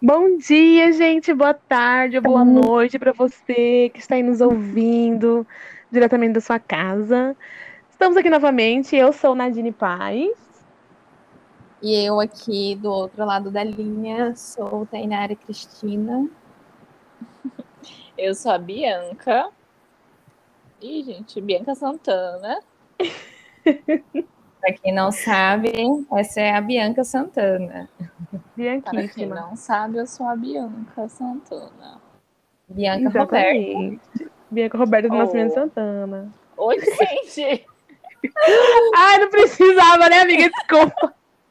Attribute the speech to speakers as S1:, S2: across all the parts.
S1: Bom dia, gente. Boa tarde ou boa noite para você que está aí nos ouvindo diretamente da sua casa. Estamos aqui novamente. Eu sou Nadine Paz.
S2: E eu aqui do outro lado da linha sou Tainara Cristina.
S3: Eu sou a Bianca. Ih, gente, Bianca Santana.
S2: Para quem não sabe, essa é a Bianca Santana.
S3: Para quem
S1: Bianquíssima.
S3: não sabe, eu sou a Bianca Santana.
S2: Bianca Roberta.
S1: Exatamente. Bianca Roberta do Nascimento Santana.
S3: Oi, gente!
S1: Ai, não precisava, né, amiga? Desculpa.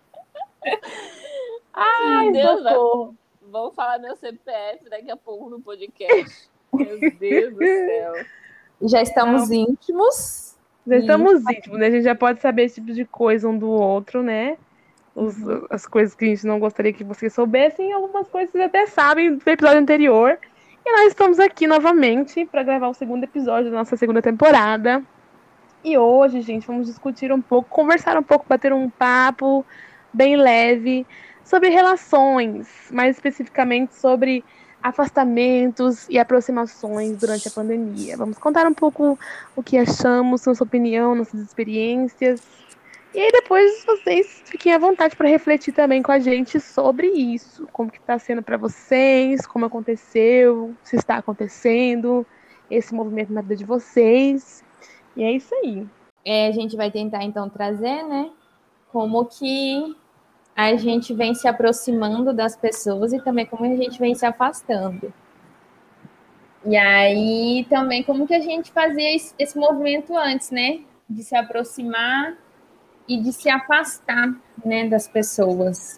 S3: Ai, Deus,
S1: socorro.
S3: Vamos falar meu CPF daqui a pouco no podcast. Meu Deus do céu.
S2: Já estamos íntimos.
S1: Já estamos íntimos, né? A gente já pode saber esse tipo de coisa um do outro, né? As coisas que a gente não gostaria que vocês soubessem, algumas coisas vocês até sabem do episódio anterior. E nós estamos aqui novamente para gravar o segundo episódio da nossa segunda temporada. E hoje, gente, vamos discutir um pouco, conversar um pouco, bater um papo bem leve sobre relações, mais especificamente sobre afastamentos e aproximações durante a pandemia. Vamos contar um pouco o que achamos, nossa opinião, nossas experiências. E aí depois vocês fiquem à vontade para refletir também com a gente sobre isso, como que está sendo para vocês, como aconteceu, se está acontecendo, esse movimento na vida de vocês. E é isso aí.
S2: A gente vai tentar então trazer, né, como que a gente vem se aproximando das pessoas e também como a gente vem se afastando. E aí também como que a gente fazia esse movimento antes, né, de se aproximar e de se afastar, né, das pessoas.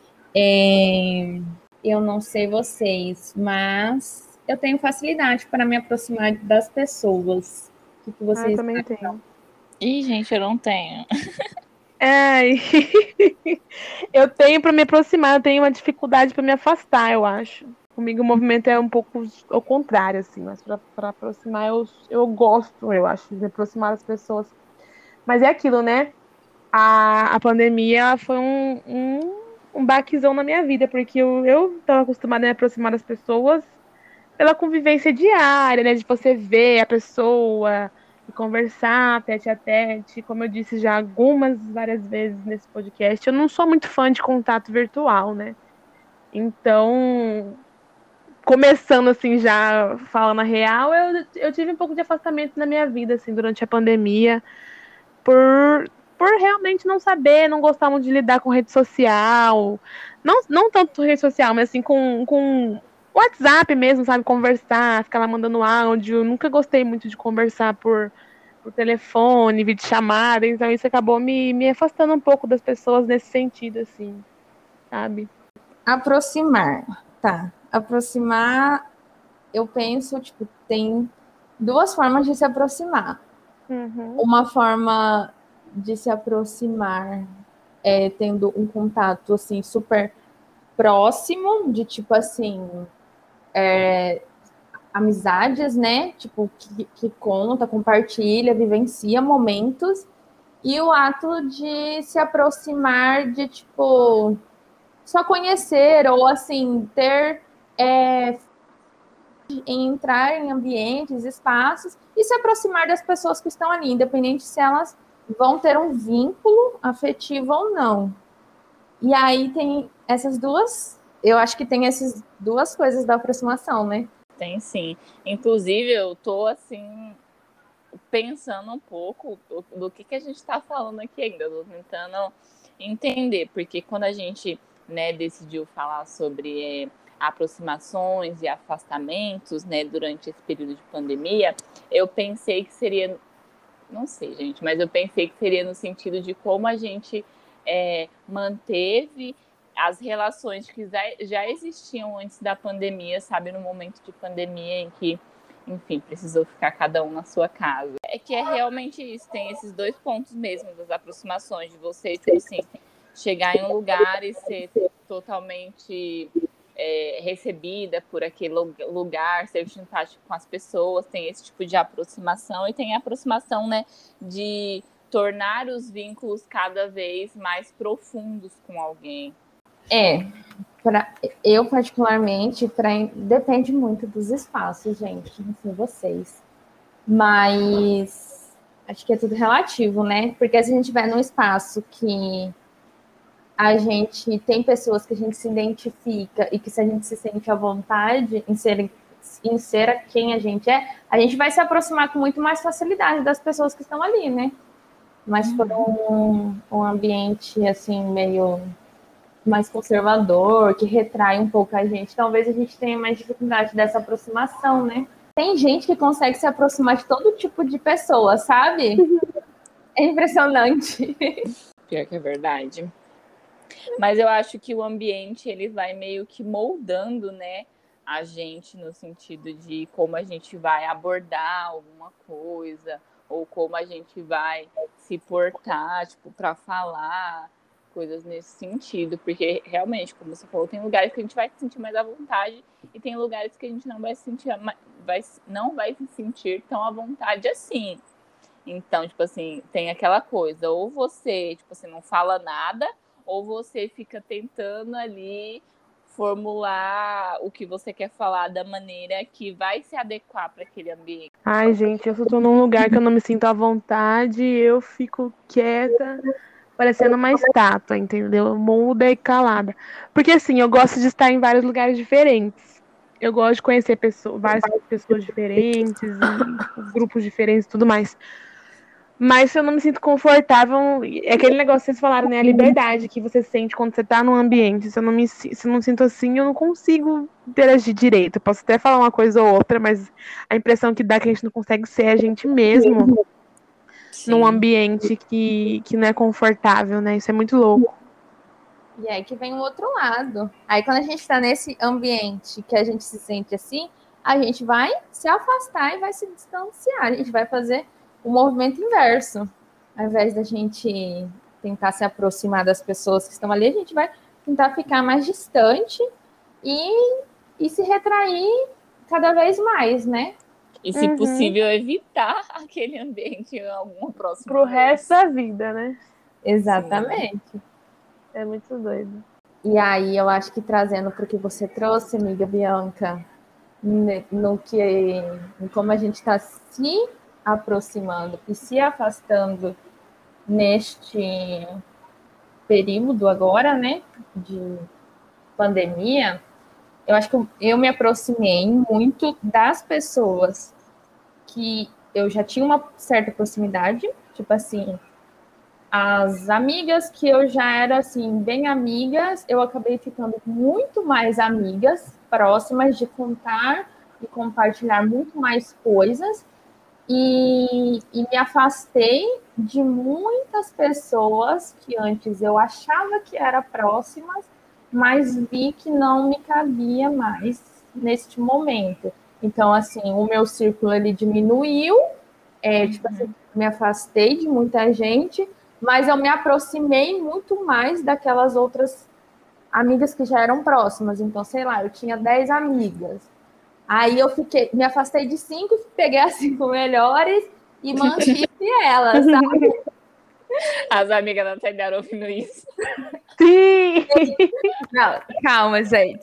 S2: Eu não sei vocês, mas eu tenho facilidade para me aproximar das pessoas. O que vocês
S1: também tenho.
S3: Ih, gente, eu não tenho.
S1: Ai. Eu tenho para me aproximar, eu tenho uma dificuldade para me afastar, eu acho. Comigo o movimento é um pouco ao contrário, assim, mas para aproximar eu gosto, eu acho, de me aproximar das pessoas. Mas é aquilo, né? A pandemia foi um baquezão na minha vida, porque eu tava acostumada a me aproximar das pessoas pela convivência diária, né? De você ver a pessoa e conversar tete a tete. Como eu disse já várias vezes nesse podcast, eu não sou muito fã de contato virtual, né? Então, começando assim, já falando a real, eu tive um pouco de afastamento na minha vida, assim, durante a pandemia, por realmente não saber, não gostar muito de lidar com rede social. Não tanto rede social, mas assim, com WhatsApp mesmo, sabe? Conversar, ficar lá mandando áudio. Eu nunca gostei muito de conversar por telefone, videochamada, então isso acabou me afastando um pouco das pessoas nesse sentido, assim, sabe?
S2: aproximar, tá? Aproximar, eu penso, tipo, tem duas formas de se aproximar. Uma forma de se aproximar é tendo um contato, assim, super próximo, de tipo, assim, amizades, né? Tipo, que conta, compartilha, vivencia momentos. E o ato de se aproximar de, tipo, só conhecer ou, assim, ter... entrar em ambientes, espaços e se aproximar das pessoas que estão ali, independente se elas vão ter um vínculo afetivo ou não. E aí tem essas duas, eu acho que tem essas duas coisas da aproximação, né?
S3: Tem sim. Inclusive, eu tô assim, pensando um pouco do que a gente está falando aqui ainda. Eu tô tentando entender, porque quando a gente, né, decidiu falar sobre aproximações e afastamentos, né, durante esse período de pandemia, eu pensei que seria, não sei, gente, mas eu pensei que seria no sentido de como a gente manteve as relações que já existiam antes da pandemia, sabe, no momento de pandemia em que, enfim, precisou ficar cada um na sua casa. É que é realmente isso, tem esses dois pontos mesmo das aproximações, de você, tipo assim, chegar em um lugar e ser totalmente recebida por aquele lugar, ser simpático com as pessoas, tem esse tipo de aproximação, e tem a aproximação, né, de tornar os vínculos cada vez mais profundos com alguém.
S2: Eu, particularmente, depende muito dos espaços, gente, não sei vocês. Mas acho que é tudo relativo, né? Porque se a gente estiver num espaço que a gente tem pessoas que a gente se identifica e que se a gente se sente à vontade em ser quem a gente é, a gente vai se aproximar com muito mais facilidade das pessoas que estão ali, né? Mas se for um ambiente, assim, meio mais conservador, que retrai um pouco a gente, talvez a gente tenha mais dificuldade dessa aproximação, né? Tem gente que consegue se aproximar de todo tipo de pessoa, sabe? É impressionante.
S3: Pior que é verdade. Mas eu acho que o ambiente, ele vai meio que moldando, né, a gente no sentido de como a gente vai abordar alguma coisa, ou como a gente vai se portar, tipo, para falar, coisas nesse sentido. Porque, realmente, como você falou, tem lugares que a gente vai se sentir mais à vontade e tem lugares que a gente não vai se sentir, não vai se sentir tão à vontade assim. Então, tipo assim, tem aquela coisa, ou você, tipo assim, não fala nada, ou você fica tentando ali formular o que você quer falar da maneira que vai se adequar para aquele ambiente.
S1: Ai, gente, eu tô num lugar que eu não me sinto à vontade, eu fico quieta, parecendo uma estátua, entendeu? Muda e calada. Porque assim, eu gosto de estar em vários lugares diferentes. Eu gosto de conhecer várias pessoas diferentes e tipo, grupos diferentes e tudo mais. Mas se eu não me sinto confortável, é aquele negócio que vocês falaram, né? A liberdade que você sente quando você tá num ambiente. Se eu não me sinto assim, eu não consigo interagir direito. Eu posso até falar uma coisa ou outra, mas a impressão que dá é que a gente não consegue ser a gente mesmo num ambiente que não é confortável, né? Isso é muito louco.
S2: E aí que vem o outro lado. Aí quando a gente está nesse ambiente que a gente se sente assim, a gente vai se afastar e vai se distanciar. A gente vai fazer o movimento inverso. Ao invés da gente tentar se aproximar das pessoas que estão ali, a gente vai tentar ficar mais distante e se retrair cada vez mais, né?
S3: E, se possível, evitar aquele ambiente em alguma próxima
S1: Pro
S3: vez.
S1: resto da vida, né?
S2: Exatamente.
S3: Sim.
S1: É muito doido.
S2: E aí eu acho que trazendo para o que você trouxe, amiga Bianca, no que, em como a gente está se aproximando e se afastando neste período agora, né, de pandemia, eu acho que eu me aproximei muito das pessoas que eu já tinha uma certa proximidade, tipo assim, as amigas que eu já era assim bem amigas, eu acabei ficando muito mais amigas, próximas de contar e compartilhar muito mais coisas e me afastei de muitas pessoas que antes eu achava que eram próximas, mas vi que não me cabia mais neste momento. Então, assim, o meu círculo ele diminuiu, tipo assim, me afastei de muita gente, mas eu me aproximei muito mais daquelas outras amigas que já eram próximas. Então, sei lá, eu tinha 10 amigas. Aí eu me afastei de 5, peguei as 5 melhores e mantive elas, sabe?
S3: As amigas da Taylor ouvindo isso.
S1: Sim!
S2: Não, calma, gente.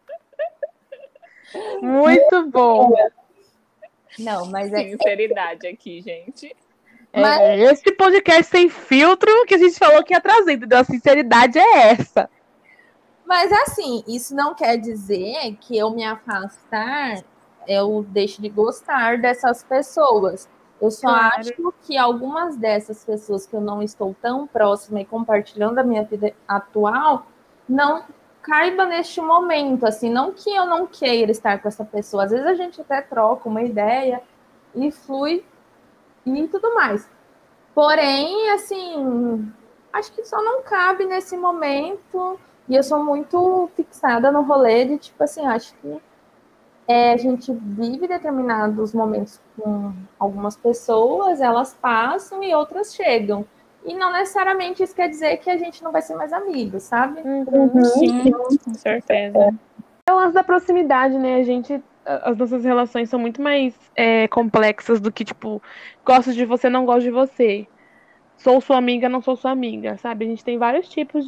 S1: Muito bom.
S2: Não, mas
S3: Sinceridade aqui, gente.
S1: Esse podcast sem filtro que a gente falou que ia trazer, entendeu? A sinceridade é essa.
S2: Mas assim, isso não quer dizer que eu me afastar, eu deixo de gostar dessas pessoas. Eu só acho que algumas dessas pessoas que eu não estou tão próxima e compartilhando a minha vida atual, não caiba neste momento, assim, não que eu não queira estar com essa pessoa. Às vezes a gente até troca uma ideia e flui e tudo mais. Porém, assim, acho que só não cabe nesse momento. E eu sou muito fixada no rolê de, tipo assim, acho que a gente vive determinados momentos com algumas pessoas, elas passam e outras chegam. E não necessariamente isso quer dizer que a gente não vai ser mais amigos, sabe?
S3: Sim, com certeza.
S1: É o lance da proximidade, né? As nossas relações são muito mais complexas do que, tipo, gosto de você, não gosto de você. sou sua amiga, não sou sua amiga, sabe? A gente tem vários tipos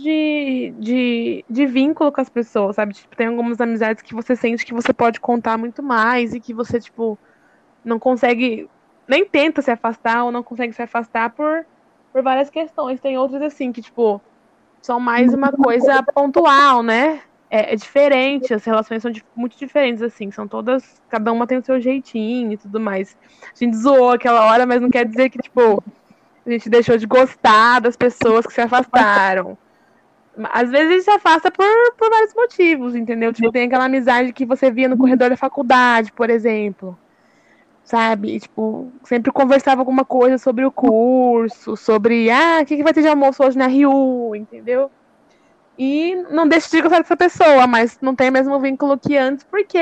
S1: de vínculo com as pessoas, sabe? Tipo, tem algumas amizades que você sente que você pode contar muito mais e que você, tipo, não consegue, nem tenta se afastar ou não consegue se afastar por várias questões. Tem outras, assim, que, tipo, são mais uma coisa pontual, né? É diferente, as relações são muito diferentes, assim, são todas, cada uma tem o seu jeitinho e tudo mais. A gente zoou aquela hora, mas não quer dizer que, tipo, a gente deixou de gostar das pessoas que se afastaram. Às vezes a gente se afasta por vários motivos, entendeu? Tipo, tem aquela amizade que você via no corredor da faculdade, por exemplo. Sabe? E, tipo, sempre conversava alguma coisa sobre o curso, sobre, o que vai ter de almoço hoje na Rio, entendeu? E não deixa de gostar dessa pessoa, mas não tem o mesmo vínculo que antes, porque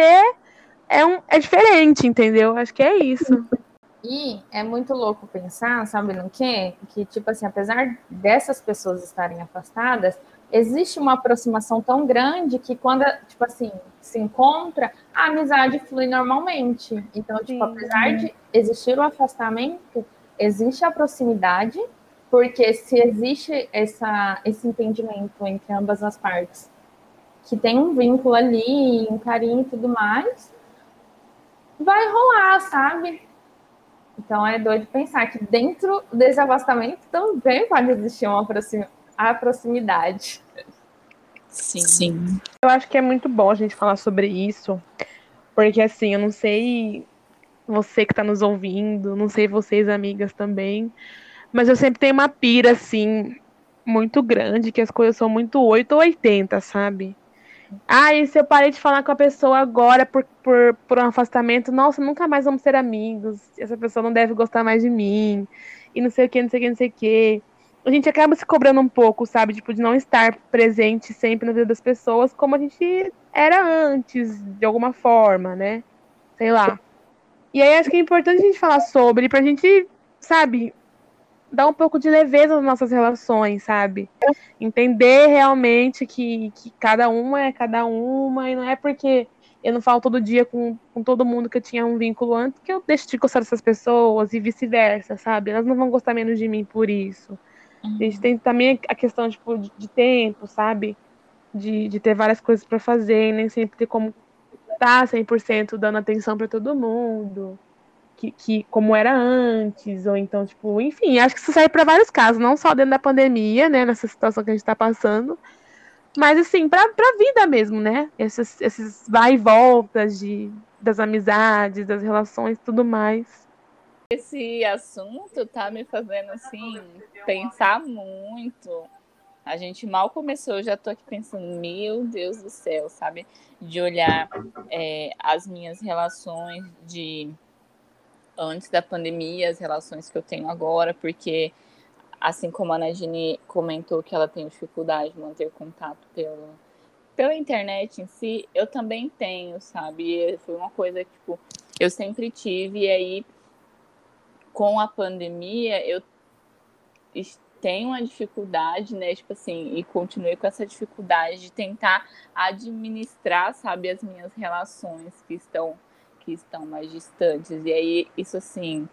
S1: é diferente, entendeu? Acho que é isso.
S2: E é muito louco pensar, sabe no quê? Que, tipo assim, apesar dessas pessoas estarem afastadas, existe uma aproximação tão grande que quando, tipo assim, se encontra, a amizade flui normalmente. Então, tipo,
S1: Sim.
S2: apesar de existir o afastamento, existe a proximidade, porque se existe esse entendimento entre ambas as partes, que tem um vínculo ali, um carinho e tudo mais, vai rolar, sabe? Então é doido pensar que dentro desse afastamento também pode existir a proximidade.
S3: Sim.
S1: Eu acho que é muito bom a gente falar sobre isso, porque assim, eu não sei você que tá nos ouvindo, não sei vocês, amigas, também, mas eu sempre tenho uma pira, assim, muito grande, que as coisas são muito 8 ou 80, sabe? E se eu parei de falar com a pessoa agora por um afastamento, nossa, nunca mais vamos ser amigos. Essa pessoa não deve gostar mais de mim. E não sei o que, não sei o que, não sei o que. A gente acaba se cobrando um pouco, sabe? Tipo, de não estar presente sempre na vida das pessoas como a gente era antes, de alguma forma, né? Sei lá. E aí acho que é importante a gente falar sobre, pra gente, sabe, dar um pouco de leveza nas nossas relações, sabe? Entender realmente que cada uma é cada uma, e não é porque eu não falo todo dia com todo mundo que eu tinha um vínculo antes que eu deixo de gostar dessas pessoas e vice-versa, sabe? Elas não vão gostar menos de mim por isso. A gente tem também a questão tipo, de tempo, sabe? De ter várias coisas para fazer e nem sempre ter como estar 100% dando atenção para todo mundo que como era antes, ou então, tipo, enfim, acho que isso serve para vários casos, não só dentro da pandemia, né, nessa situação que a gente está passando, mas assim, pra vida mesmo, né? Esses vai e voltas das amizades, das relações tudo mais.
S3: Esse assunto tá me fazendo, assim, pensar muito. A gente mal começou, eu já tô aqui pensando, meu Deus do céu, sabe? De olhar as minhas relações de antes da pandemia, as relações que eu tenho agora, porque assim como a Nadine comentou que ela tem dificuldade de manter contato pela internet em si, eu também tenho, sabe? E foi uma coisa que, tipo, eu sempre tive, e aí, com a pandemia, eu tenho uma dificuldade, né? Tipo assim, e continuei com essa dificuldade de tentar administrar, sabe, as minhas relações que estão mais distantes. E aí, isso assim,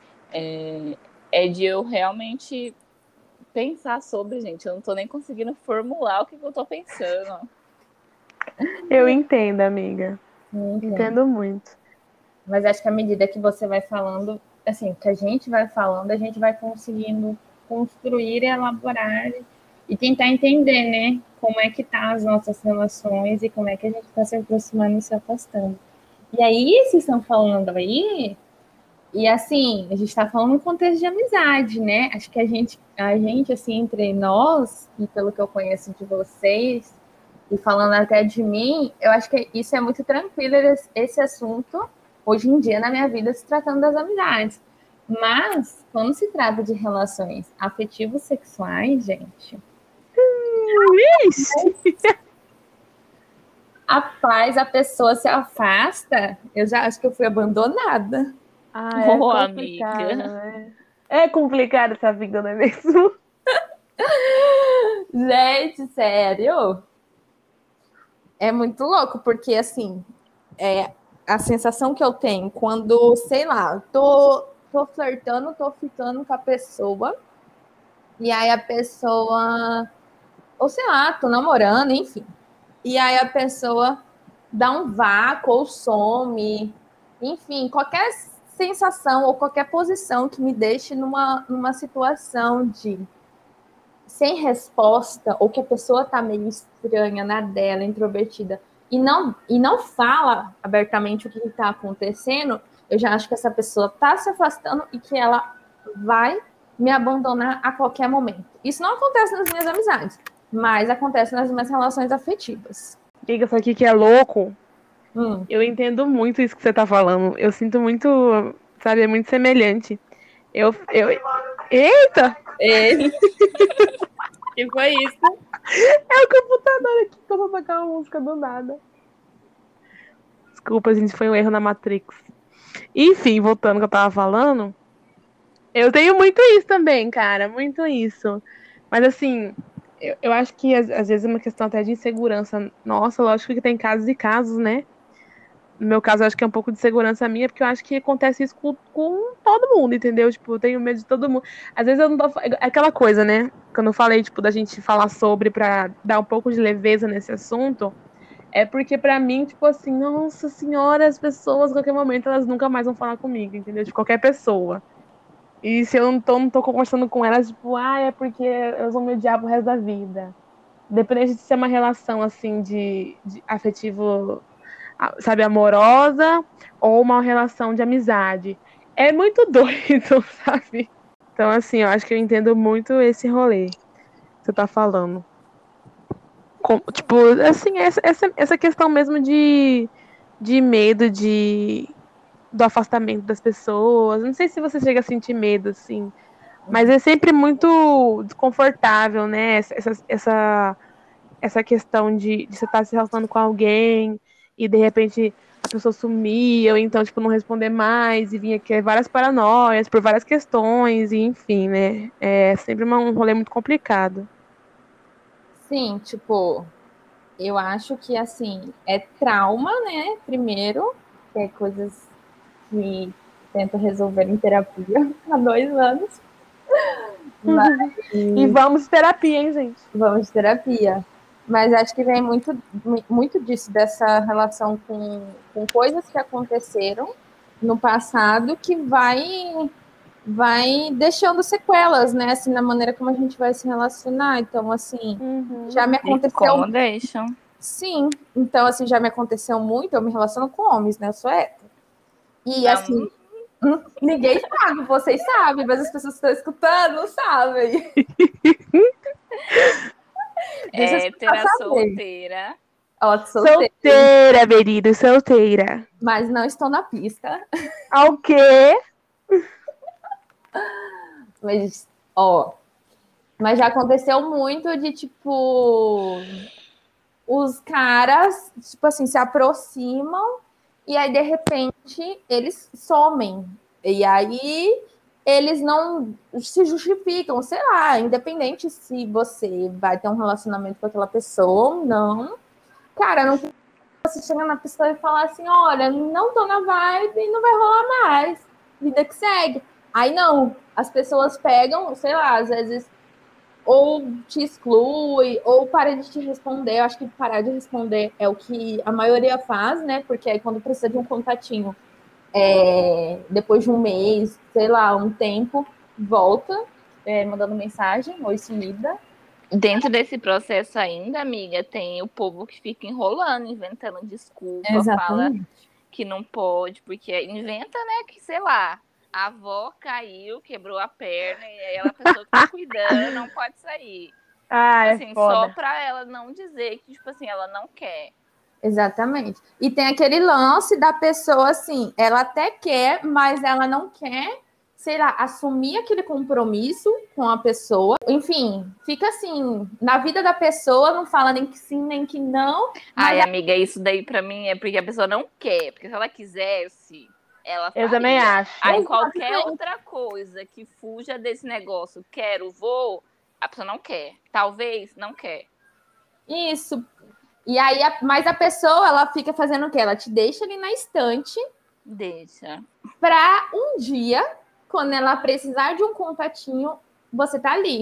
S3: é de eu realmente pensar sobre, gente. Eu não tô nem conseguindo formular o que eu tô pensando.
S1: Eu entendo, amiga. Entendo muito.
S2: Mas acho que à medida que você vai falando, assim, que a gente vai falando, a gente vai conseguindo construir, elaborar e tentar entender, né, como é que tá as nossas relações e como é que a gente está se aproximando e se afastando. E aí, vocês estão falando aí, e assim, a gente está falando no contexto de amizade, né? Acho que a gente, assim, entre nós, e pelo que eu conheço de vocês, e falando até de mim, eu acho que isso é muito tranquilo, esse assunto, hoje em dia, na minha vida, se tratando das amizades. Mas, quando se trata de relações afetivos sexuais, gente, a pessoa se afasta, eu já acho que eu fui abandonada.
S1: É
S3: Ô,
S1: complicado,
S3: amiga.
S1: né? É complicado essa vida, não é mesmo?
S2: Gente, sério? É muito louco, porque assim, a sensação que eu tenho quando, sei lá, tô flertando, tô ficando com a pessoa, E aí a pessoa, ou sei lá, tô namorando, enfim. E aí a pessoa dá um vácuo ou some. Enfim, qualquer sensação ou qualquer posição que me deixe numa situação de sem resposta, ou que a pessoa tá meio estranha na dela, introvertida, e não fala abertamente o que está acontecendo, eu já acho que essa pessoa está se afastando e que ela vai me abandonar a qualquer momento. Isso não acontece nas minhas amizades, mas acontece nas minhas relações afetivas.
S1: Diga isso aqui que é louco. Eu entendo muito isso que você tá falando. Eu sinto muito, sabe, é muito semelhante. Eita!
S2: Que foi isso?
S1: É o computador aqui que começou a tocar uma música do nada. Desculpa, gente, foi um erro na Matrix. Enfim, voltando ao que eu tava falando, eu tenho muito isso também, cara, muito isso. Mas assim, eu acho que às vezes é uma questão até de insegurança. Nossa, lógico que tem casos e casos, né? No meu caso, eu acho que é um pouco de segurança minha, porque eu acho que acontece isso com todo mundo, entendeu? Tipo, eu tenho medo de todo mundo. Às vezes eu não tô. É aquela coisa, né? Quando eu falei, tipo, da gente falar sobre pra dar um pouco de leveza nesse assunto, é porque pra mim, tipo assim, nossa senhora, as pessoas, a qualquer momento, elas nunca mais vão falar comigo, entendeu? De qualquer pessoa. E se eu não tô conversando com elas, tipo, é porque elas vão me odiar pro resto da vida. Independente de ser uma relação, assim, de afetivo, sabe, amorosa ou uma relação de amizade. É muito doido, sabe? Então, assim, eu acho que eu entendo muito esse rolê que você tá falando. Tipo, assim, essa questão mesmo de medo do afastamento das pessoas. Não sei se você chega a sentir medo, assim, mas é sempre muito desconfortável, né? Essa questão de você estar se relacionando com alguém e de repente a pessoa sumir, ou então, tipo, não responder mais, e vinha aqui várias paranoias por várias questões, e enfim, né? É sempre um rolê muito complicado.
S2: Sim, tipo, eu acho que, assim, é trauma, né? Primeiro, que é coisas que tento resolver em terapia há 2 anos. Mas
S1: E vamos de terapia, hein, gente?
S2: vamos de terapia. Mas acho que vem muito disso, dessa relação com coisas que aconteceram no passado que vai deixando sequelas, né? Assim, na maneira como a gente vai se relacionar. Então, assim, já me aconteceu.
S3: Como deixam?
S2: Sim. Então, assim, já me aconteceu muito. Eu me relaciono com homens, né? Eu sou hétero. E, assim, ninguém sabe, vocês sabem, mas as pessoas que estão escutando não sabem.
S3: Hétera, solteira.
S2: Ó,
S1: Solteira, Berido, solteira.
S2: Mas não estou na pista.
S1: Ao quê?
S2: Mas, ó. Mas já aconteceu muito de, tipo, os caras, tipo assim, se aproximam e aí, de repente, eles somem. E aí, eles não se justificam, sei lá, independente se você vai ter um relacionamento com aquela pessoa ou não. Cara, não tem você chegar na pessoa e falar assim, olha, não tô na vibe e não vai rolar mais. Vida que segue. Aí não, as pessoas pegam, sei lá, às vezes ou te exclui, ou para de te responder. Eu acho que parar de responder é o que a maioria faz, né? Porque aí quando precisa de um contatinho, depois de um mês, sei lá, um tempo, volta, mandando mensagem, oi sumida.
S3: Dentro desse processo ainda, amiga, tem o povo que fica enrolando, inventando desculpa,
S2: Exatamente.
S3: fala que não pode, porque inventa, né, que, sei lá, a avó caiu, quebrou a perna, e aí a pessoa que tá cuidando não pode sair. Assim, só pra ela não dizer que, tipo assim, ela não quer.
S2: Exatamente. E tem aquele lance da pessoa, assim, ela até quer, mas ela não quer, sei lá, assumir aquele compromisso com a pessoa. Enfim, fica assim, na vida da pessoa, não fala nem que sim, nem que não.
S3: Ai, amiga, isso daí pra mim é porque a pessoa não quer. Porque se ela quisesse, ela faria.
S1: Eu também acho.
S3: Aí qualquer outra coisa que fuja desse negócio, quero, vou, a pessoa não quer. Talvez não quer.
S2: Isso. E aí, mas a pessoa, ela fica fazendo o quê? Ela te deixa ali na estante.
S3: Deixa.
S2: Pra um dia, quando ela precisar de um contatinho, você tá ali.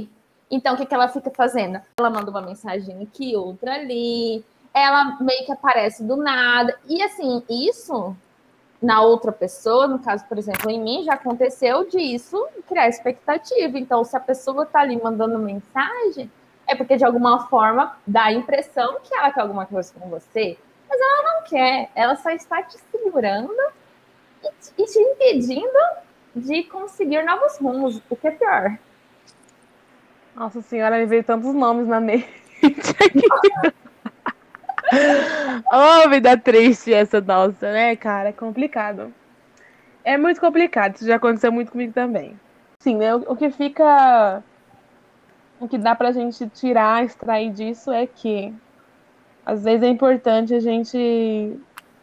S2: Então, o que ela fica fazendo? Ela manda uma mensagem aqui, outra ali, ela meio que aparece do nada. E, assim, isso na outra pessoa, no caso, por exemplo, em mim, já aconteceu disso criar expectativa. Então, se a pessoa tá ali mandando mensagem, é porque, de alguma forma, dá a impressão que ela quer alguma coisa com você, mas ela não quer. Ela só está te segurando e te impedindo de conseguir novos rumos, o que é pior.
S1: Nossa senhora, me veio tantos nomes na mente. Oh, vida triste essa nossa, né, cara? É complicado. É muito complicado, isso já aconteceu muito comigo também. Sim, né? O que fica. O que dá pra gente tirar, extrair disso é que às vezes é importante a gente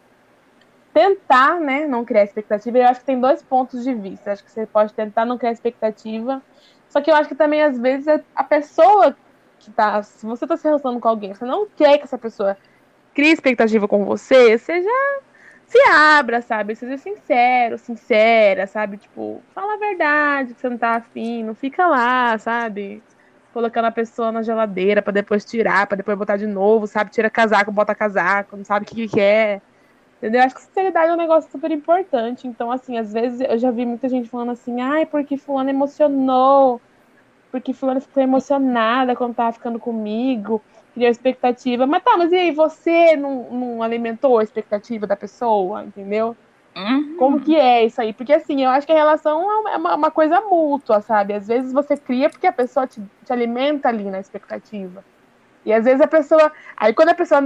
S1: tentar, né, não criar expectativa. Eu acho que tem dois pontos de vista. Acho que você pode tentar não criar expectativa. Só que eu acho que também, às vezes, a pessoa que tá. Se você tá se relacionando com alguém, você não quer que essa pessoa crie expectativa com você, seja. Se abra, sabe? Seja sincero, sincera, sabe? Tipo, fala a verdade que você não tá afim, não fica lá, sabe? Colocando a pessoa na geladeira pra depois tirar, pra depois botar de novo, sabe? Tira casaco, bota casaco, não sabe o que quer. Entendeu? Acho que sinceridade é um negócio super importante. Então, assim, às vezes eu já vi muita gente falando assim, ai, porque fulano emocionou, porque fulano ficou emocionada quando tava ficando comigo, criou expectativa. Mas tá, mas e aí, você não alimentou a expectativa da pessoa, entendeu? Como que
S3: Uhum.
S1: é isso aí? Porque assim, eu acho que a relação é uma coisa mútua, sabe? Às vezes você cria porque a pessoa te alimenta ali na expectativa. E às vezes a pessoa. Aí quando a pessoa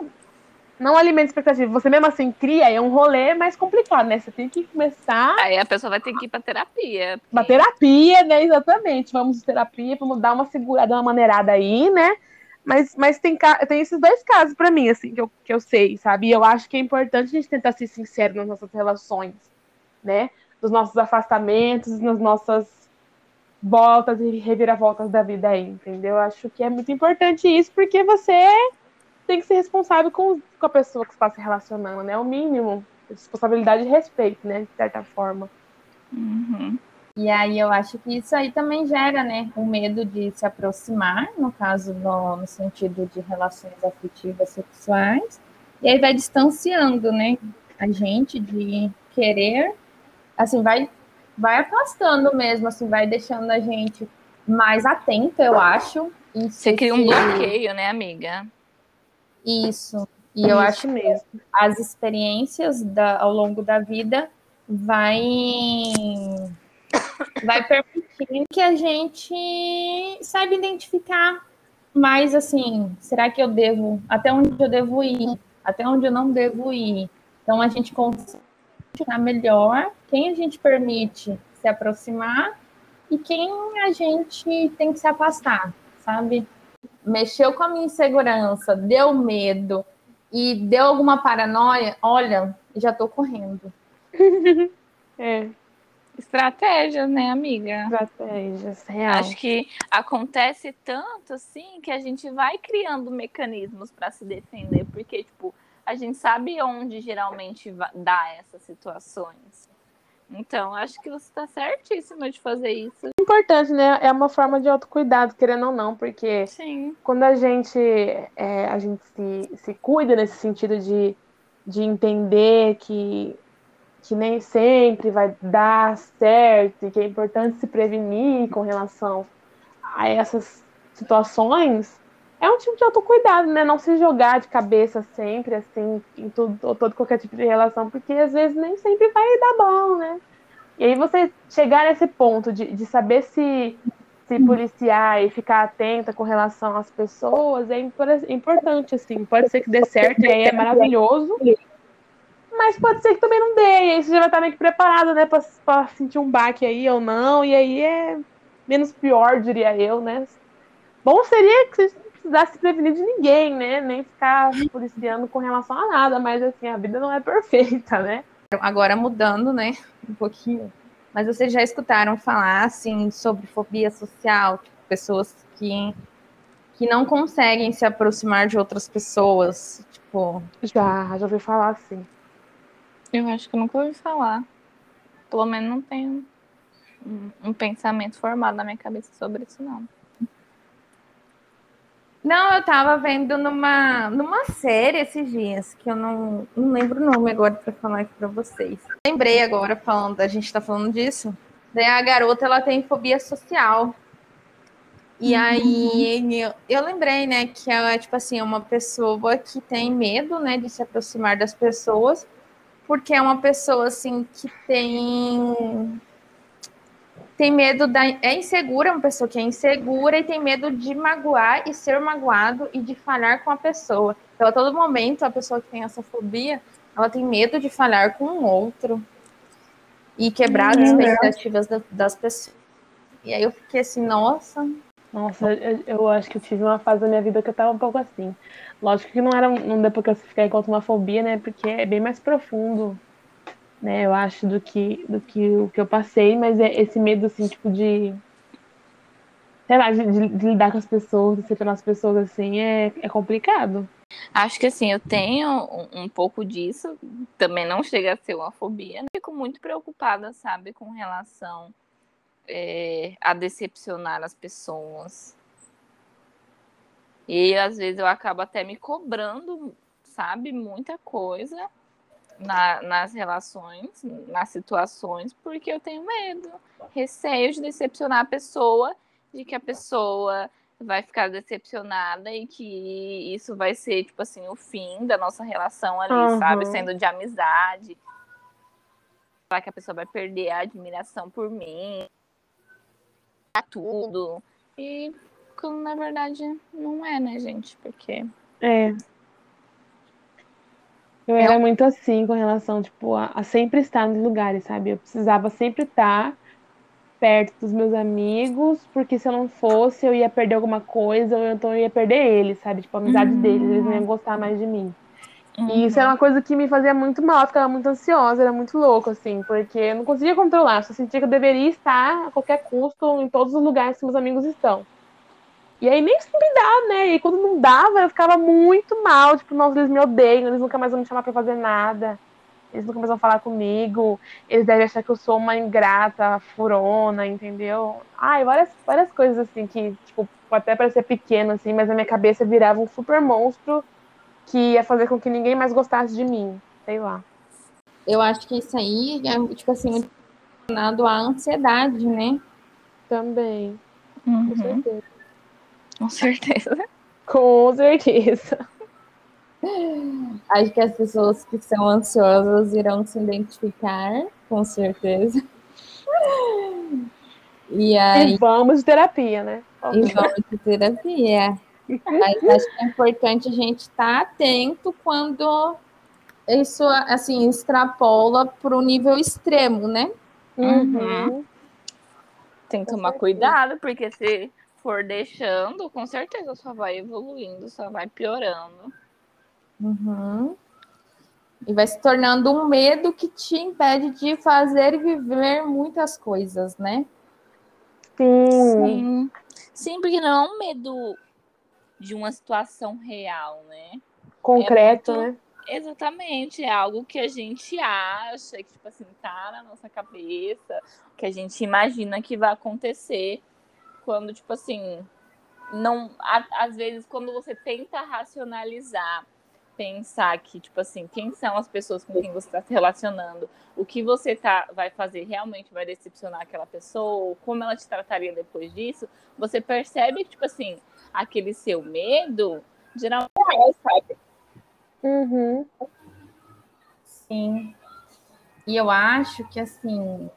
S1: não alimenta expectativa, você mesmo assim cria, é um rolê mais complicado, né? Você tem que começar
S3: Aí a pessoa vai ter que ir pra terapia,
S1: uma
S3: porque
S1: terapia, né? Exatamente. Vamos de terapia, vamos dar uma segurada, uma maneirada aí, né? Mas tem esses dois casos pra mim, assim, que eu sei, sabe? E eu acho que é importante a gente tentar ser sincero nas nossas relações, né? Dos nossos afastamentos, nas nossas voltas e reviravoltas da vida aí, entendeu? Eu acho que é muito importante isso, porque você tem que ser responsável com a pessoa que você está se relacionando, né? O mínimo. Responsabilidade e respeito, né? De certa forma.
S3: uhum.
S2: E aí eu acho que isso aí também gera, né, o medo de se aproximar, no caso no sentido de relações afetivas sexuais, e aí vai distanciando, né, a gente de querer, assim, vai afastando mesmo, assim, vai deixando a gente mais atenta, eu acho, em
S3: Você
S2: se
S3: cria um bloqueio, né, amiga?
S2: isso. E eu acho
S1: Isso
S2: que
S1: mesmo.
S2: as experiências ao longo da vida vai permitir que a gente saiba identificar mais assim, será que eu devo, até onde eu devo ir, até onde eu não devo ir. Então a gente consegue identificar melhor quem a gente permite se aproximar e quem a gente tem que se afastar, sabe? Mexeu com a minha insegurança, deu medo e deu alguma paranoia, olha, já tô correndo.
S1: É,
S3: Estratégias, né, amiga?
S1: estratégias, real.
S3: Acho que acontece tanto assim que a gente vai criando mecanismos para se defender, porque tipo, a gente sabe onde geralmente dá essas situações. Então, acho que você está certíssima de fazer isso.
S1: Importante, né? É uma forma de autocuidado, querendo ou não, porque
S3: Sim.
S1: quando a gente se cuida nesse sentido de entender que nem sempre vai dar certo e que é importante se prevenir com relação a essas situações, é um tipo de autocuidado, né? Não se jogar de cabeça sempre, assim, em tudo, ou todo qualquer tipo de relação, porque às vezes nem sempre vai dar bom, né? E aí você chegar nesse ponto de saber se policiar e ficar atenta com relação às pessoas é importante, assim. Pode ser que dê certo e aí é maravilhoso, mas pode ser que também não dê. E aí você já vai estar meio que preparado, né, pra sentir um baque aí ou não. E aí é menos pior, diria eu, né? Bom seria que você não precisasse se prevenir de ninguém, né? Nem ficar se policiando com relação a nada, mas assim, a vida não é perfeita, né?
S2: Agora mudando, né, um pouquinho. Mas vocês já escutaram falar, assim, sobre fobia social? Tipo, pessoas que não conseguem se aproximar de outras pessoas. Tipo,
S1: Já ouvi falar assim.
S3: Eu acho que eu nunca ouvi falar. Pelo menos não tenho um pensamento formado na minha cabeça sobre isso, não.
S2: Não, eu tava vendo numa série esses dias, que eu não lembro o nome agora para falar aqui para vocês. Lembrei agora, a gente tá falando disso. Daí a garota, ela tem fobia social. E aí eu lembrei, né, que ela é, tipo assim, uma pessoa que tem medo, né, de se aproximar das pessoas, porque é uma pessoa, assim, que tem medo é insegura, uma pessoa que é insegura e tem medo de magoar e ser magoado e de falhar com a pessoa. Então, a todo momento, a pessoa que tem essa fobia, ela tem medo de falhar com o outro e quebrar as expectativas das pessoas. E aí eu fiquei assim, nossa.
S1: Nossa, eu acho que eu tive uma fase da minha vida que eu tava um pouco assim. Lógico que não deu pra classificar enquanto uma fobia, né? Porque é bem mais profundo, né? Eu acho do que o que eu passei, mas é esse medo, assim, tipo, sei lá, de lidar com as pessoas, decepcionar as pessoas, assim, é complicado.
S3: Acho que assim, eu tenho um pouco disso, também não chega a ser uma fobia. Fico muito preocupada, sabe, com relação a decepcionar as pessoas. E às vezes eu acabo até me cobrando, sabe, muita coisa nas relações, nas situações, porque eu tenho medo, receio de decepcionar a pessoa, de que a pessoa vai ficar decepcionada e que isso vai ser, tipo assim, o fim da nossa relação ali, sabe? Sendo de amizade. Que a pessoa vai perder a admiração por mim, tudo. E quando na verdade não é, né, gente? Porque
S1: Eu era muito assim com relação, tipo, a sempre estar nos lugares, sabe? Eu precisava sempre estar perto dos meus amigos, porque se eu não fosse, eu ia perder alguma coisa, ou então eu ia perder eles, sabe? Tipo, a amizade deles, eles não iam gostar mais de mim. E isso era uma coisa que me fazia muito mal, eu ficava muito ansiosa, era muito louco, assim, porque eu não conseguia controlar, eu só sentia que eu deveria estar a qualquer custo em todos os lugares que meus amigos estão. E aí nem sempre dá, né? E quando não dava, eu ficava muito mal, tipo, nossa, eles me odeiam, eles nunca mais vão me chamar pra fazer nada. Eles nunca mais vão falar comigo. Eles devem achar que eu sou uma ingrata, furona, entendeu? Ai, várias coisas assim que, tipo, pode até parecer pequeno, assim, mas na minha cabeça virava um super monstro que ia fazer com que ninguém mais gostasse de mim. Sei lá.
S2: Eu acho que isso aí é, tipo assim, muito relacionado à ansiedade, né?
S1: Também. Com certeza.
S3: Com certeza.
S1: Com certeza.
S2: Acho que as pessoas que são ansiosas irão se identificar, com certeza. E aí,
S1: E vamos de terapia, né?
S2: e vamos de terapia. Mas acho que é importante a gente estar atento quando isso, assim, extrapola para o nível extremo, né?
S3: Tem que tomar cuidado, porque se for deixando, com certeza só vai evoluindo, só vai piorando.
S2: E vai se tornando um medo que te impede de fazer e viver muitas coisas, né?
S1: Sim.
S3: Sim, porque não é um medo de uma situação real, né?
S1: Concreto, né?
S3: Exatamente, é algo que a gente acha, que, tipo assim, tá na nossa cabeça, que a gente imagina que vai acontecer, quando, tipo assim, não, às vezes, quando você tenta racionalizar, pensar que, tipo assim, quem são as pessoas com quem você está se relacionando, o que você vai fazer realmente vai decepcionar aquela pessoa, ou como ela te trataria depois disso, você percebe que, tipo assim, aquele seu medo geralmente sabe?
S2: Sim. E eu acho que, assim,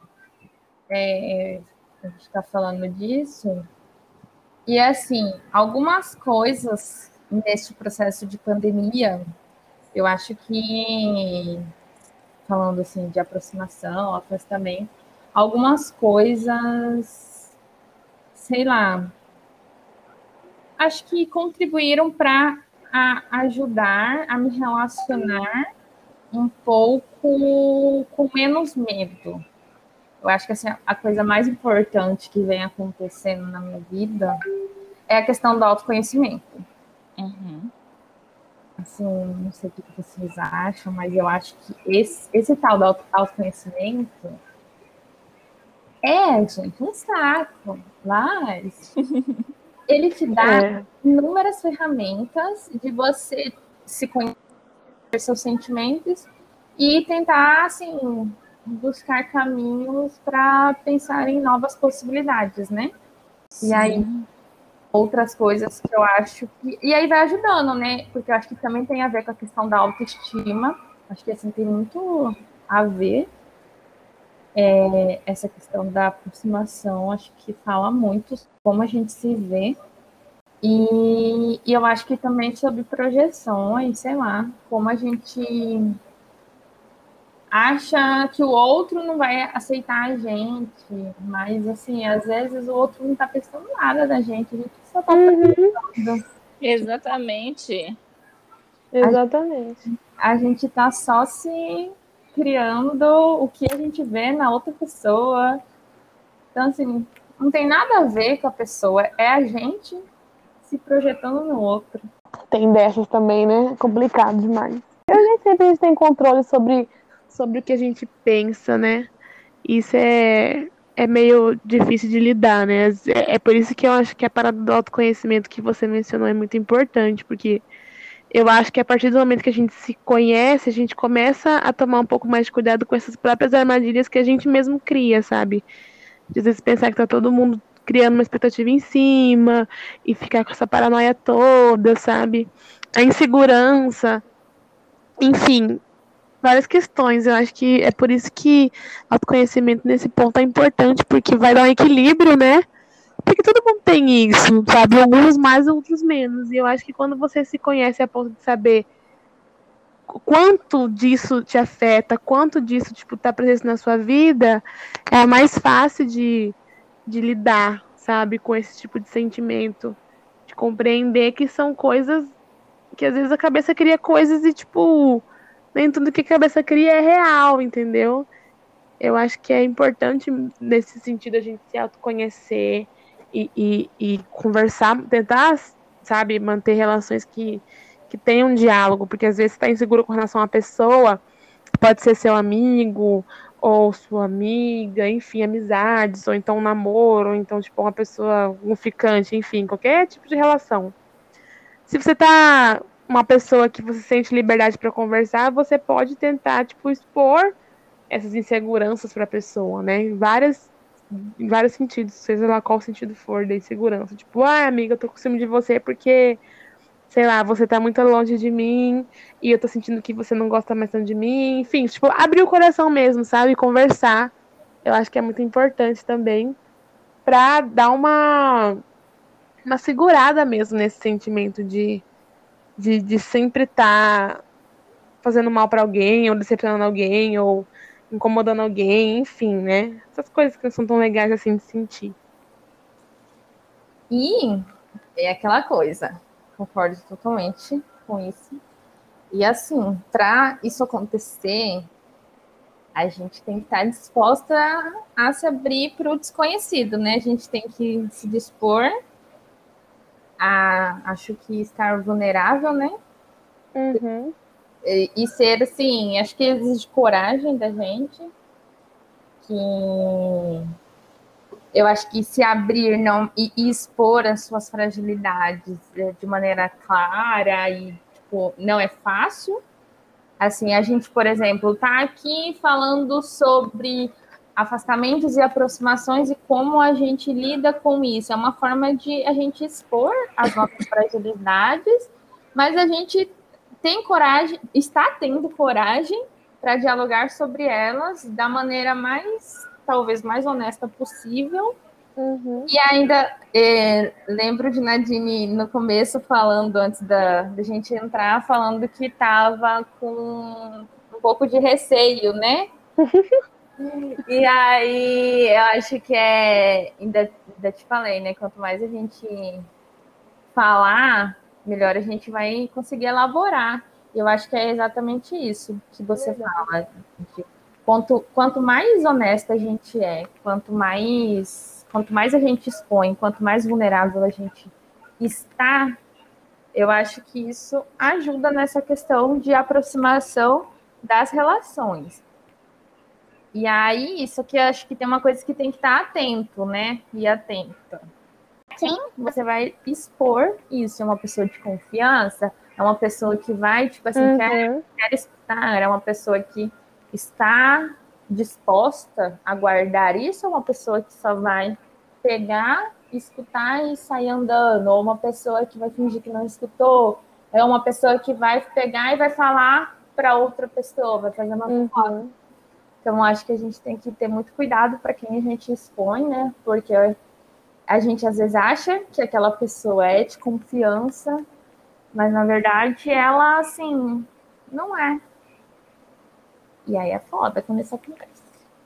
S2: a gente está falando disso, e, assim, algumas coisas neste processo de pandemia, eu acho que, falando, assim, de aproximação, afastamento, algumas coisas, sei lá, acho que contribuíram para ajudar a me relacionar um pouco com menos medo. Eu acho que assim, a coisa mais importante que vem acontecendo na minha vida é a questão do autoconhecimento. Assim, não sei o que vocês acham, mas eu acho que esse tal do autoconhecimento gente, um saco. Mas ele te dá
S1: É.
S2: inúmeras ferramentas de você se conhecer seus sentimentos e tentar, assim, buscar caminhos para pensar em novas possibilidades, né? E aí, outras coisas que eu acho que... E aí vai ajudando, né? Porque eu acho que também tem a ver com a questão da autoestima. Acho que, assim, tem muito a ver essa questão da aproximação. Acho que fala muito como a gente se vê. E eu acho que também sobre projeções, sei lá, como a gente acha que o outro não vai aceitar a gente, mas assim, às vezes o outro não está pensando nada da gente, a gente só está pensando.
S3: Exatamente.
S1: Exatamente.
S2: A gente está só se criando o que a gente vê na outra pessoa. Então, assim, não tem nada a ver com a pessoa, é a gente se projetando no outro.
S1: Tem dessas também, né? Complicado demais. A gente sempre tem controle sobre o que a gente pensa, né? Isso é meio difícil de lidar, né? É por isso que eu acho que a parada do autoconhecimento que você mencionou é muito importante, porque eu acho que a partir do momento que a gente se conhece, a gente começa a tomar um pouco mais de cuidado com essas próprias armadilhas que a gente mesmo cria, sabe? De às vezes pensar que tá todo mundo criando uma expectativa em cima e ficar com essa paranoia toda, sabe? A insegurança, enfim, várias questões. Eu acho que é por isso que autoconhecimento nesse ponto é importante, porque vai dar um equilíbrio, né? Porque todo mundo tem isso, sabe? Alguns mais, outros menos. E eu acho que quando você se conhece a ponto de saber quanto disso te afeta, quanto disso, tipo, tá presente na sua vida, é mais fácil de lidar, sabe? Com esse tipo de sentimento. De compreender que são coisas que às vezes a cabeça cria coisas e, tipo, nem tudo que a cabeça cria é real, entendeu? Eu acho que é importante, nesse sentido, a gente se autoconhecer e conversar, tentar, sabe, manter relações que tenham um diálogo, porque às vezes você está inseguro com relação à pessoa, pode ser seu amigo ou sua amiga, enfim, amizades, ou então um namoro, ou então, tipo, uma pessoa, um ficante, enfim, qualquer tipo de relação. Se você tá uma pessoa que você sente liberdade para conversar, você pode tentar, tipo, expor essas inseguranças para a pessoa, né? Em vários sentidos, seja lá qual sentido for da insegurança. Tipo, amiga, eu tô com ciúme de você porque, sei lá, você tá muito longe de mim e eu tô sentindo que você não gosta mais tanto de mim. Enfim, tipo, abrir o coração mesmo, sabe? Conversar. Eu acho que é muito importante também pra dar uma segurada mesmo nesse sentimento de sempre estar fazendo mal pra alguém, ou decepcionando alguém, ou incomodando alguém, enfim, né? Essas coisas que não são tão legais assim de sentir.
S2: E é aquela coisa, concordo totalmente com isso. E assim, para isso acontecer, a gente tem que estar disposta a se abrir para o desconhecido, né? A gente tem que se dispor a, acho que estar vulnerável, né?
S1: Uhum.
S2: E ser assim, acho que exige coragem da gente, que eu acho que se abrir não, e expor as suas fragilidades de maneira clara e tipo, não é fácil. Assim, a gente, por exemplo, está aqui falando sobre afastamentos e aproximações e como a gente lida com isso. É uma forma de a gente expor as nossas fragilidades, mas a gente tem coragem, está tendo coragem para dialogar sobre elas da maneira mais, talvez, mais honesta possível.
S1: Uhum.
S2: E ainda lembro de Nadine no começo falando, antes da gente entrar, falando que estava com um pouco de receio, né? E aí eu acho que ainda te falei, né? Quanto mais a gente falar, melhor a gente vai conseguir elaborar. E eu acho que é exatamente isso que você fala. Quanto mais honesta a gente é, quanto mais a gente expõe, quanto mais vulnerável a gente está, eu acho que isso ajuda nessa questão de aproximação das relações. E aí, isso aqui eu acho que tem uma coisa que tem que estar atento, né? E atenta. quem você vai expor isso. É uma pessoa de confiança? É uma pessoa que vai, tipo assim, quer escutar? É uma pessoa que está disposta a guardar isso? Ou uma pessoa que só vai pegar, escutar e sair andando? Ou uma pessoa que vai fingir que não escutou? É uma pessoa que vai pegar e vai falar para outra pessoa, vai fazer uma fofoca. Então, acho que a gente tem que ter muito cuidado para quem a gente expõe, né? Porque a gente às vezes acha que aquela pessoa é de confiança, mas na verdade ela, assim, não é. E aí é foda quando isso acontece.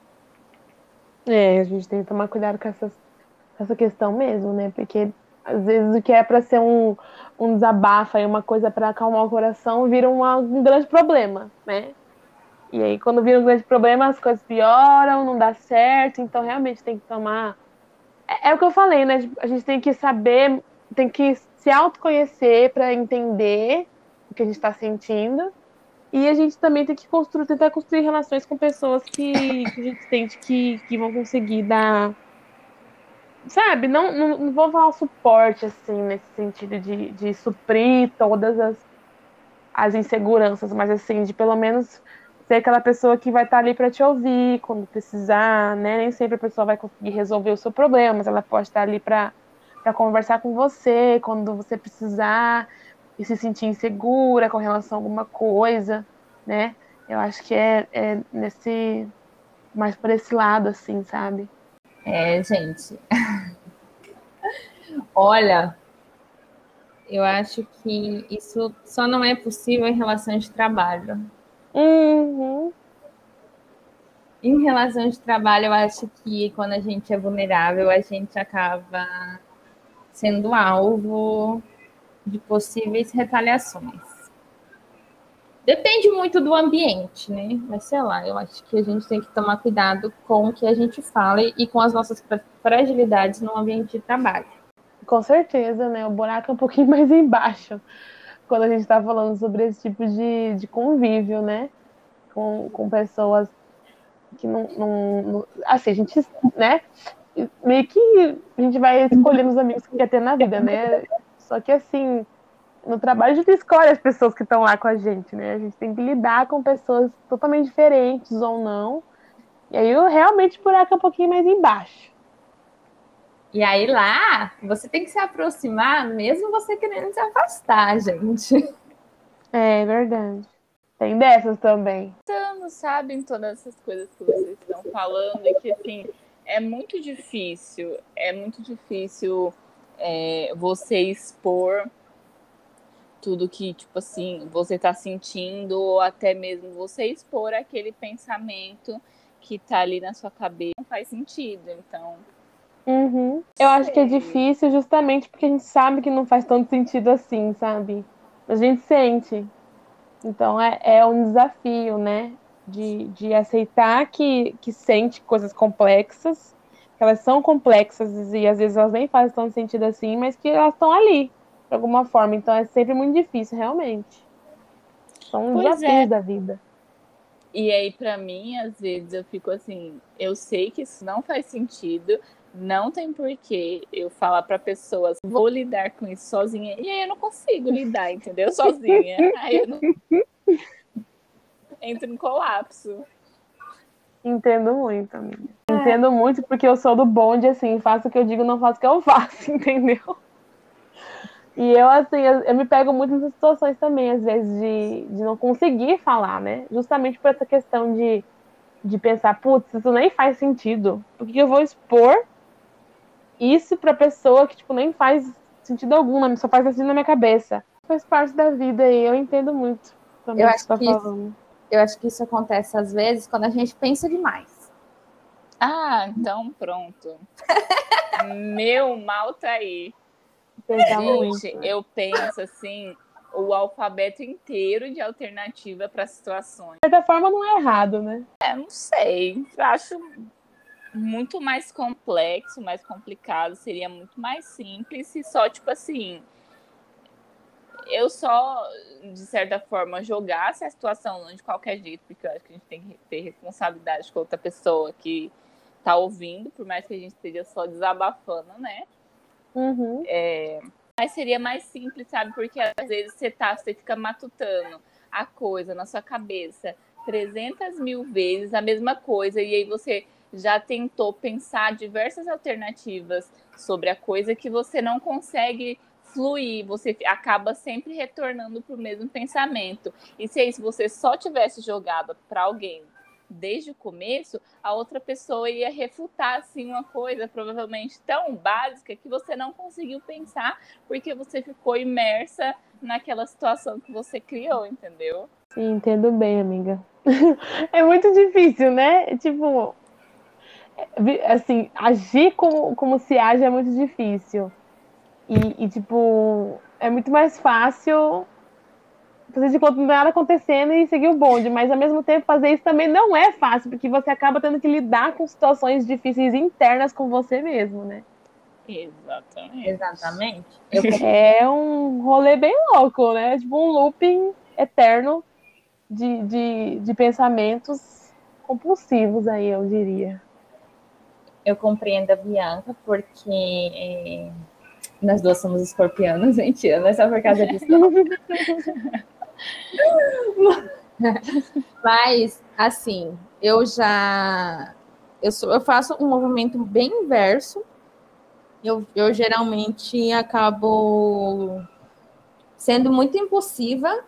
S1: A gente tem que tomar cuidado com essa questão mesmo, né? Porque às vezes o que é para ser um desabafo e uma coisa para acalmar o coração vira um grande problema, né? E aí, quando vira um grande problema, as coisas pioram, não dá certo, então realmente tem que tomar. É o que eu falei, né? A gente tem que saber, tem que se autoconhecer para entender o que a gente está sentindo. E a gente também tem que tentar construir relações com pessoas que a gente sente que vão conseguir dar. Sabe? Não vou falar suporte, assim, nesse sentido de suprir todas as inseguranças, mas assim, de pelo menos ser aquela pessoa que vai estar ali para te ouvir quando precisar, né? Nem sempre a pessoa vai conseguir resolver o seu problema, mas ela pode estar ali para conversar com você quando você precisar e se sentir insegura com relação a alguma coisa, né? Eu acho que é mais por esse lado, assim, sabe?
S2: Gente. Olha, eu acho que isso só não é possível em relação de trabalho.
S1: Uhum.
S2: Em relação de trabalho, eu acho que quando a gente é vulnerável, a gente acaba sendo alvo de possíveis retaliações. Depende muito do ambiente, né? Mas sei lá, eu acho que a gente tem que tomar cuidado com o que a gente fala e com as nossas fragilidades no ambiente de trabalho.
S1: Com certeza, né? O buraco é um pouquinho mais embaixo quando a gente está falando sobre esse tipo de convívio, né? Com pessoas que assim, a gente, né? Meio que a gente vai escolhendo os amigos que quer ter na vida, né? Só que assim, no trabalho a gente escolhe as pessoas que estão lá com a gente, né? A gente tem que lidar com pessoas totalmente diferentes ou não. E aí realmente o buraco é um pouquinho mais embaixo.
S2: E aí lá, você tem que se aproximar, mesmo você querendo se afastar, gente.
S1: É verdade. Tem dessas também.
S3: Sabem todas essas coisas que vocês estão falando e que, assim, é muito difícil você expor tudo que, tipo assim, você tá sentindo ou até mesmo você expor aquele pensamento que tá ali na sua cabeça. Não faz sentido, então...
S1: Eu acho que é difícil justamente porque a gente sabe que não faz tanto sentido assim, sabe? A gente sente. Então é um desafio, né? De aceitar que sente coisas complexas, que elas são complexas e às vezes elas nem fazem tanto sentido assim, mas que elas estão ali, de alguma forma. Então é sempre muito difícil, realmente. São desafios da vida.
S3: E aí, pra mim, às vezes eu fico assim, eu sei que isso não faz sentido, não tem porquê eu falar pra pessoas, vou lidar com isso sozinha. E aí eu não consigo lidar, entendeu? Sozinha. Aí eu não... entro em colapso.
S1: Entendo muito, amiga. Entendo muito porque eu sou do bonde, assim, faço o que eu digo, não faço o que eu faço, entendeu? E eu, assim, eu me pego muito nessas situações também, às vezes, de não conseguir falar, né? Justamente por essa questão de pensar, putz, isso nem faz sentido. Por que eu vou expor isso pra pessoa que, tipo, nem faz sentido algum, só faz assim na minha cabeça? Faz parte da vida e eu entendo muito também
S2: Eu
S1: o que você
S2: acho
S1: tá
S2: que
S1: falando.
S2: eu acho que isso acontece às vezes quando a gente pensa demais.
S3: Ah, então pronto. Meu mal tá aí.
S1: Pensar
S3: Gente,
S1: muito.
S3: eu penso assim, o alfabeto inteiro de alternativa para situações.
S1: De certa forma, não é errado, né?
S3: Não sei. Eu acho muito mais complexo, mais complicado. Seria muito mais simples se só, tipo assim, eu só, de certa forma, jogasse a situação de qualquer jeito, porque eu acho que a gente tem que ter responsabilidade com outra pessoa que tá ouvindo, por mais que a gente esteja só desabafando, né?
S1: Uhum.
S3: Mas seria mais simples, sabe? Porque às vezes você fica matutando a coisa na sua cabeça 300 mil vezes a mesma coisa, e aí você já tentou pensar diversas alternativas sobre a coisa que você não consegue fluir, você acaba sempre retornando para o mesmo pensamento. E se você só tivesse jogado para alguém desde o começo, a outra pessoa ia refutar assim uma coisa provavelmente tão básica que você não conseguiu pensar porque você ficou imersa naquela situação que você criou, entendeu?
S1: Sim, entendo bem, amiga. É muito difícil, né? Tipo, assim, agir como se age é muito difícil. Tipo, é muito mais fácil fazer de conta que não tem nada acontecendo e seguir o bonde, mas ao mesmo tempo fazer isso também não é fácil, porque você acaba tendo que lidar com situações difíceis internas com você mesmo, né?
S3: Exatamente.
S1: É um rolê bem louco, né? Tipo um looping eterno de pensamentos compulsivos aí, eu diria.
S2: Eu compreendo a Bianca, porque nós duas somos escorpianas, mentira, não é só por causa disso, não. Mas, assim, eu faço um movimento bem inverso. Eu geralmente acabo sendo muito impulsiva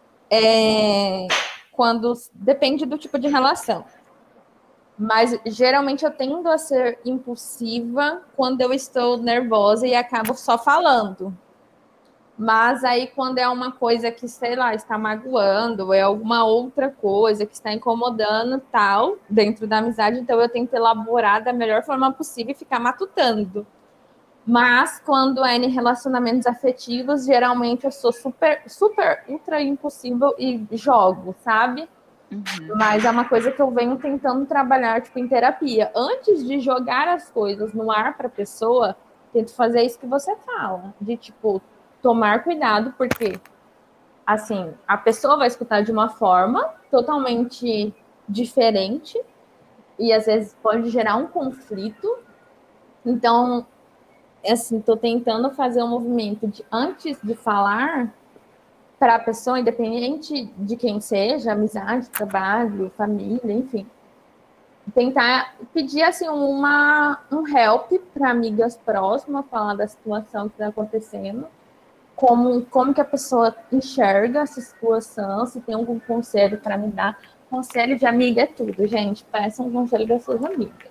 S2: quando depende do tipo de relação. Mas geralmente eu tendo a ser impulsiva quando eu estou nervosa e acabo só falando. Mas aí, quando é uma coisa que, sei lá, está magoando, ou é alguma outra coisa que está incomodando, tal, dentro da amizade, então eu tento elaborar da melhor forma possível e ficar matutando. Mas, quando é em relacionamentos afetivos, geralmente eu sou super, super, ultra impossível e jogo, sabe? Mas é uma coisa que eu venho tentando trabalhar, tipo, em terapia. Antes de jogar as coisas no ar para a pessoa, tento fazer isso que você fala, de, tipo, tomar cuidado, porque, assim, a pessoa vai escutar de uma forma totalmente diferente e, às vezes, pode gerar um conflito. Então, assim, tô tentando fazer um movimento de, antes de falar para a pessoa, independente de quem seja, amizade, trabalho, família, enfim, tentar pedir assim um help para amigas próximas, falar da situação que está acontecendo, como que a pessoa enxerga essa situação, se tem algum conselho para me dar. Conselho de amiga é tudo, gente. Peça um conselho das suas amigas.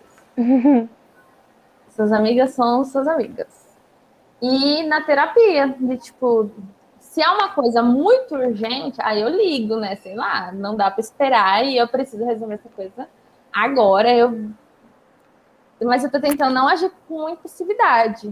S2: Suas amigas são suas amigas. E na terapia, de tipo, se é uma coisa muito urgente, aí eu ligo, né? Sei lá, não dá para esperar e eu preciso resolver essa coisa agora. Mas eu tô tentando não agir com impulsividade.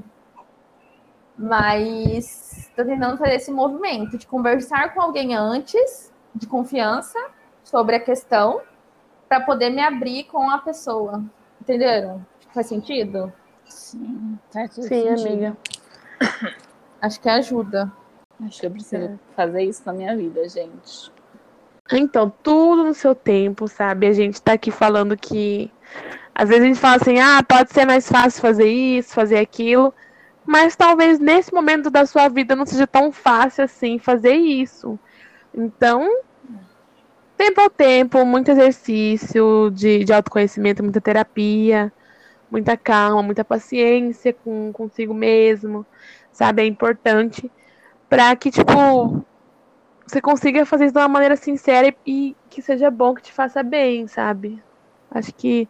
S2: Mas tô tentando fazer esse movimento de conversar com alguém antes, de confiança, sobre a questão, para poder me abrir com a pessoa. Entenderam? Faz sentido?
S3: Sim, faz todo
S1: Sim,
S3: sentido.
S1: amiga.
S2: Acho que ajuda.
S3: Acho que eu preciso fazer isso na minha vida, gente.
S1: Então, tudo no seu tempo, sabe? A gente tá aqui falando que às vezes a gente fala assim, pode ser mais fácil fazer isso, fazer aquilo, mas talvez nesse momento da sua vida não seja tão fácil assim fazer isso. Então, tempo ao tempo, muito exercício de autoconhecimento, muita terapia, muita calma, muita paciência consigo mesmo, sabe? É importante para que, tipo, você consiga fazer isso de uma maneira sincera e que seja bom, que te faça bem, sabe? Acho que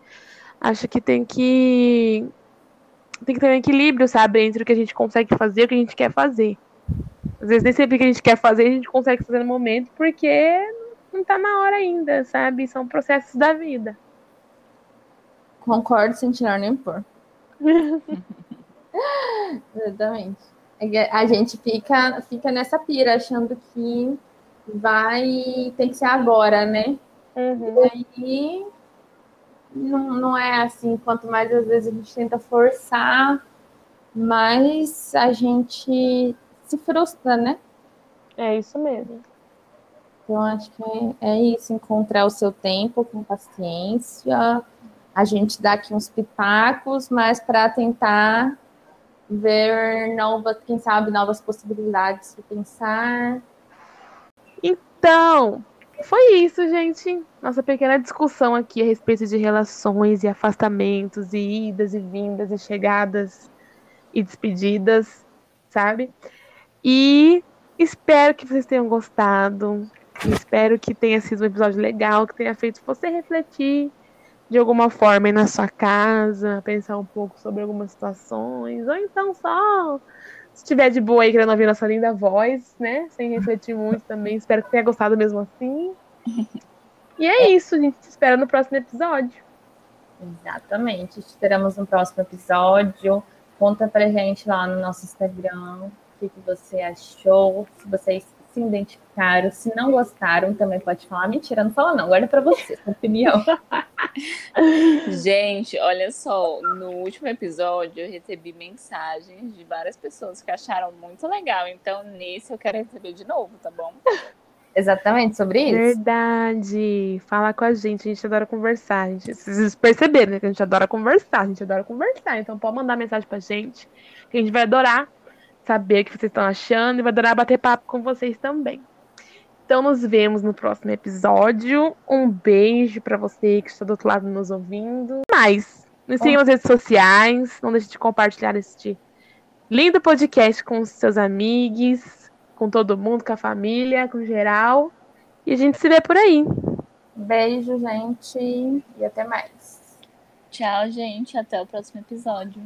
S1: tem que ter um equilíbrio, sabe, entre o que a gente consegue fazer e o que a gente quer fazer. Às vezes nem sempre o que a gente quer fazer a gente consegue fazer no momento porque não tá na hora ainda, sabe? São processos da vida.
S2: Concordo sem tirar nem pôr. Exatamente. A gente fica nessa pira, achando que tem que ser agora, né?
S1: Uhum.
S2: E aí não é assim. Quanto mais às vezes a gente tenta forçar, mais a gente se frustra, né?
S1: É isso mesmo.
S2: Então, acho que é isso, encontrar o seu tempo com paciência. A gente dá aqui uns pitacos, mas para tentar ver quem sabe, novas possibilidades de pensar.
S1: Então, foi isso, gente. Nossa pequena discussão aqui a respeito de relações e afastamentos, e idas e vindas, e chegadas e despedidas, sabe? E espero que vocês tenham gostado. Espero que tenha sido um episódio legal, que tenha feito você refletir de alguma forma aí na sua casa, pensar um pouco sobre algumas situações, ou então só, se estiver de boa aí querendo ouvir nossa linda voz, né? Sem refletir muito também. Espero que tenha gostado mesmo assim. E é isso, a gente te espera no próximo episódio.
S2: Exatamente. Esperamos no próximo episódio. Conta pra gente lá no nosso Instagram o que você achou, se vocês se identificaram, se não gostaram, também pode falar. Mentira, não fala não, guarda pra você, sua opinião.
S3: Gente, olha só, no último episódio eu recebi mensagens de várias pessoas que acharam muito legal, então nesse eu quero receber de novo, tá bom?
S2: Exatamente, sobre isso.
S1: Verdade. Fala com a gente adora conversar. Vocês perceberam, né? Que a gente adora conversar, Então pode mandar mensagem pra gente, que a gente vai adorar saber o que vocês estão achando e vai adorar bater papo com vocês também. Então nos vemos no próximo episódio. Um beijo pra você que está do outro lado nos ouvindo. Mas nos sigam nas redes sociais. Não deixe de compartilhar este lindo podcast com os seus amigos, com todo mundo, com a família, com geral. E a gente se vê por aí.
S2: Beijo, gente. E até mais.
S3: Tchau, gente. Até o próximo episódio.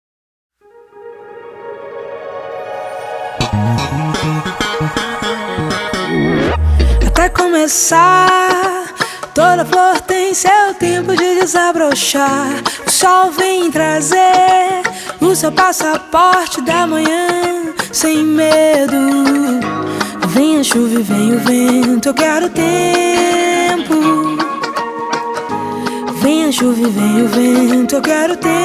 S4: Até começar, toda flor tem seu tempo de desabrochar. O sol vem trazer o seu passaporte da manhã, sem medo. Vem a chuva e vem o vento, eu quero tempo. Vem a chuva e vem o vento, eu quero tempo.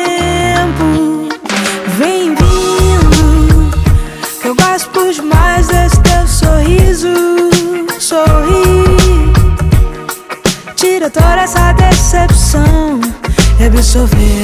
S4: Vem vindo, que eu gosto demais desse teu sorriso. Sorri, tira toda essa decepção e absorver